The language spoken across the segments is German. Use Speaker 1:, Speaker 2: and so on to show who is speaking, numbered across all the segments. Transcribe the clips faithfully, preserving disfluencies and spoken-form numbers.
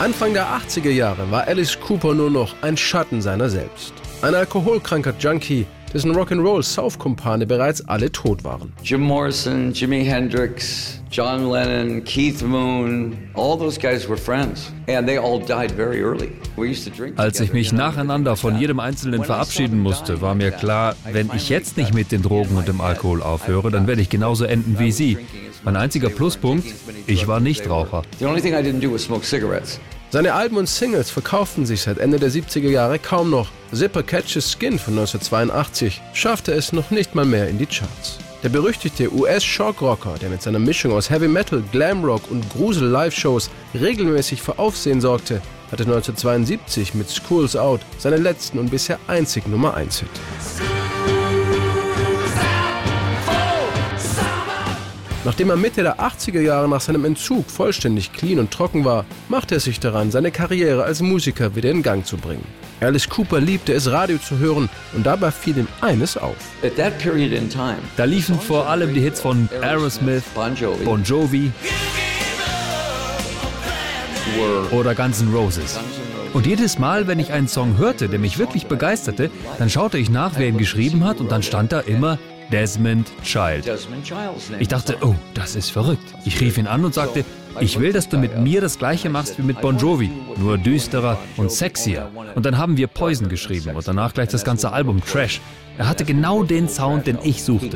Speaker 1: Anfang der achtziger Jahre war Alice Cooper nur noch ein Schatten seiner selbst. Ein alkoholkranker Junkie, dessen Rock'n'Roll-Saufkumpane bereits alle tot waren.
Speaker 2: Jim Morrison, Jimi Hendrix, John Lennon, Keith Moon, all those guys were friends. And they all died very early. We used to drink
Speaker 3: Als ich mich nacheinander von jedem Einzelnen verabschieden musste, war mir klar, wenn ich jetzt nicht mit den Drogen und dem Alkohol aufhöre, dann werde ich genauso enden wie Sie. Mein einziger Pluspunkt, ich war Nichtraucher.
Speaker 2: The only thing I didn't do was smoke cigarettes.
Speaker 1: Seine Alben und Singles verkauften sich seit Ende der siebziger Jahre kaum noch. Zipper Catches Skin von neunzehnhundertzweiundachtzig schaffte es noch nicht mal mehr in die Charts. Der berüchtigte U S-Shockrocker, der mit seiner Mischung aus Heavy Metal, Glamrock und Grusel-Live-Shows regelmäßig für Aufsehen sorgte, hatte neunzehnhundertzweiundsiebzig mit School's Out seinen letzten und bisher einzigen Nummer eins Hit. Nachdem er Mitte der achtziger Jahre nach seinem Entzug vollständig clean und trocken war, machte er sich daran, seine Karriere als Musiker wieder in Gang zu bringen. Alice Cooper liebte es, Radio zu hören, und dabei fiel ihm eines auf.
Speaker 3: Da liefen vor allem die Hits von Aerosmith, Bon Jovi oder Guns N' Roses. Und jedes Mal, wenn ich einen Song hörte, der mich wirklich begeisterte, dann schaute ich nach, wer ihn geschrieben hat, und dann stand da immer Desmond Child. Ich dachte, oh, das ist verrückt. Ich rief ihn an und sagte, ich will, dass du mit mir das Gleiche machst wie mit Bon Jovi, nur düsterer und sexier. Und dann haben wir Poison geschrieben und danach gleich das ganze Album Trash. Er hatte genau den Sound, den ich suchte.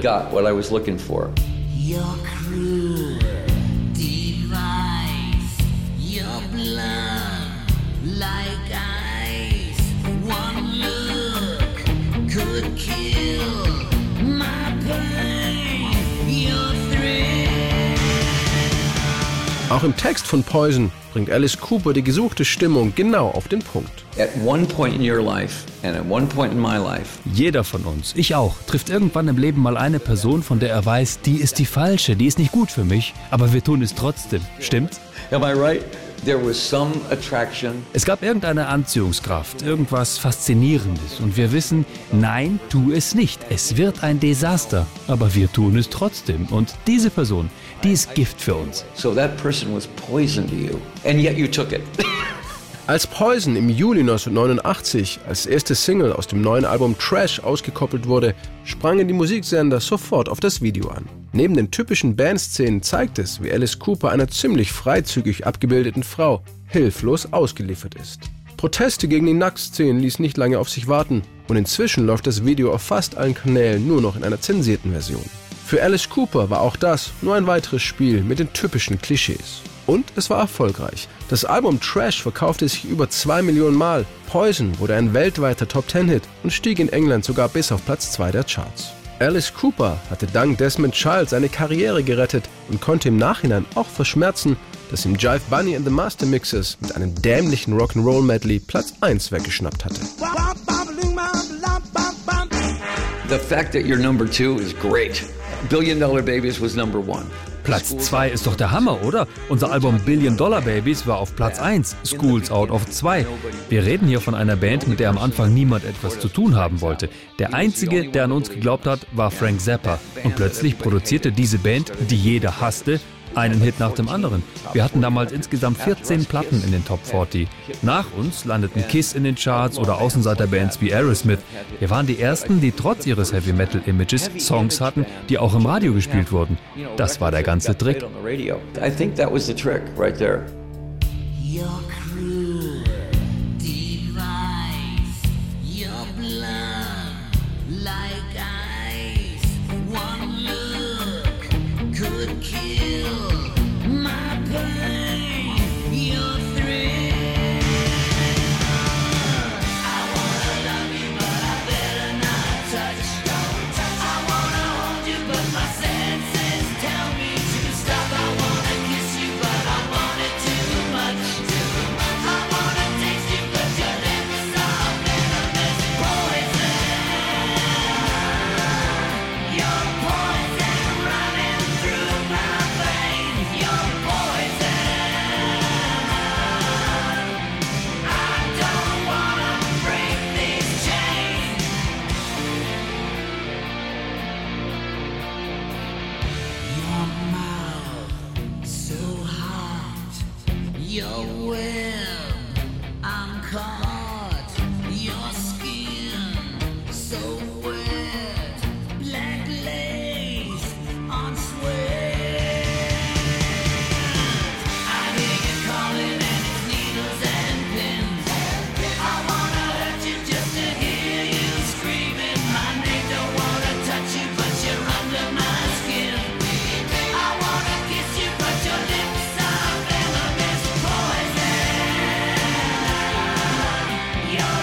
Speaker 1: Auch im Text von Poison bringt Alice Cooper die gesuchte Stimmung genau auf den Punkt.
Speaker 2: At one point in your life and at one point in my life.
Speaker 3: Jeder von uns, ich auch, trifft irgendwann im Leben mal eine Person, von der er weiß, die ist die falsche, die ist nicht gut für mich, aber wir tun es trotzdem. Stimmt's?
Speaker 2: Am I right? There was some attraction.
Speaker 3: Es gab irgendeine Anziehungskraft, irgendwas Faszinierendes, und wir wissen, nein, tu es nicht. Es wird ein Desaster, aber wir tun es trotzdem. Und diese Person, die ist Gift für uns.
Speaker 2: So that person was poison to you, and yet you took it.
Speaker 1: Als Poison im Juli neunzehnhundertneunundachtzig als erste Single aus dem neuen Album Trash ausgekoppelt wurde, sprangen die Musiksender sofort auf das Video an. Neben den typischen Bandszenen zeigt es, wie Alice Cooper einer ziemlich freizügig abgebildeten Frau hilflos ausgeliefert ist. Proteste gegen die Nacktszenen ließen nicht lange auf sich warten, und inzwischen läuft das Video auf fast allen Kanälen nur noch in einer zensierten Version. Für Alice Cooper war auch das nur ein weiteres Spiel mit den typischen Klischees. Und es war erfolgreich. Das Album Trash verkaufte sich über zwei Millionen Mal. Poison wurde ein weltweiter Top-Ten-Hit und stieg in England sogar bis auf Platz zwei der Charts. Alice Cooper hatte dank Desmond Child seine Karriere gerettet und konnte im Nachhinein auch verschmerzen, dass ihm Jive Bunny and the Master Mixers mit einem dämlichen Rock'n'Roll-Medley Platz eins weggeschnappt hatte.
Speaker 2: The fact that you're number two is great. Billion Dollar Babies was number one.
Speaker 3: Platz zwei ist doch der Hammer, oder? Unser Album Billion Dollar Babies war auf Platz eins, School's Out auf zwei. Wir reden hier von einer Band, mit der am Anfang niemand etwas zu tun haben wollte. Der Einzige, der an uns geglaubt hat, war Frank Zappa. Und plötzlich produzierte diese Band, die jeder hasste, einen Hit nach dem anderen. Wir hatten damals insgesamt vierzehn Platten in den Top vierzig. Nach uns landeten Kiss in den Charts oder Außenseiterbands wie Aerosmith. Wir waren die Ersten, die trotz ihres Heavy-Metal-Images Songs hatten, die auch im Radio gespielt wurden. Das war der ganze Trick.
Speaker 2: I think that was the trick right there.
Speaker 4: You're